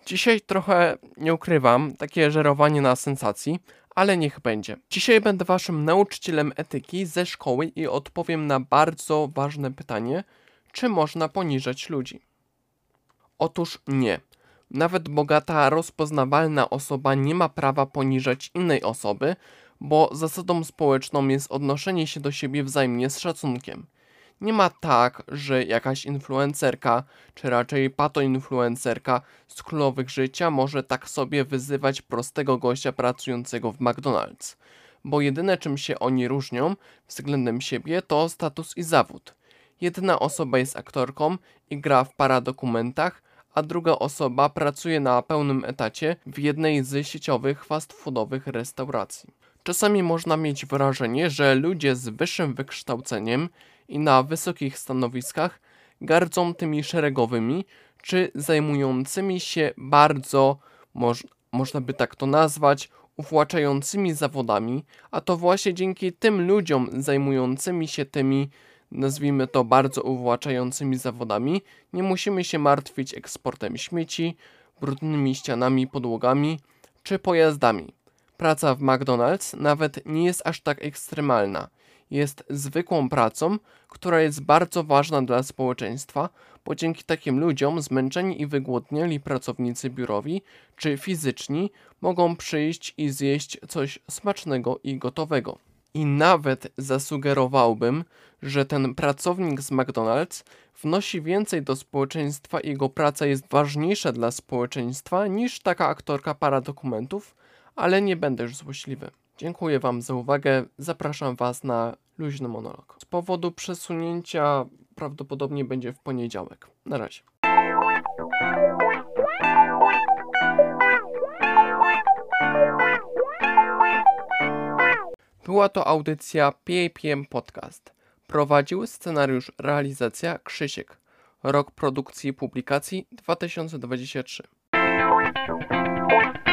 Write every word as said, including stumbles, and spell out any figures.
Dzisiaj trochę, nie ukrywam, takie żerowanie na sensacji, ale niech będzie. Dzisiaj będę waszym nauczycielem etyki ze szkoły i odpowiem na bardzo ważne pytanie, czy można poniżać ludzi? Otóż nie. Nawet bogata, rozpoznawalna osoba nie ma prawa poniżać innej osoby, bo zasadą społeczną jest odnoszenie się do siebie wzajemnie z szacunkiem. Nie ma tak, że jakaś influencerka, czy raczej patoinfluencerka z królowych życia może tak sobie wyzywać prostego gościa pracującego w McDonald's, bo jedyne czym się oni różnią względem siebie to status i zawód. Jedna osoba jest aktorką i gra w paradokumentach, a druga osoba pracuje na pełnym etacie w jednej z sieciowych fast foodowych restauracji. Czasami można mieć wrażenie, że ludzie z wyższym wykształceniem i na wysokich stanowiskach gardzą tymi szeregowymi, czy zajmującymi się bardzo, moż, można by tak to nazwać, uwłaczającymi zawodami, a to właśnie dzięki tym ludziom zajmującymi się tymi, nazwijmy to, bardzo uwłaczającymi zawodami, nie musimy się martwić eksportem śmieci, brudnymi ścianami, podłogami czy pojazdami. Praca w McDonald's nawet nie jest aż tak ekstremalna. Jest zwykłą pracą, która jest bardzo ważna dla społeczeństwa, bo dzięki takim ludziom zmęczeni i wygłodniali pracownicy biurowi czy fizyczni mogą przyjść i zjeść coś smacznego i gotowego. I nawet zasugerowałbym, że ten pracownik z McDonald's wnosi więcej do społeczeństwa i jego praca jest ważniejsza dla społeczeństwa niż taka aktorka paradokumentów, ale nie będę już złośliwy. Dziękuję wam za uwagę, zapraszam was na luźny monolog. Z powodu przesunięcia prawdopodobnie będzie w poniedziałek. Na razie. Była to audycja P A P M Podcast. Prowadził scenariusz, realizacja Krzysiek. Rok produkcji i publikacji dwa tysiące dwudziesty trzeci.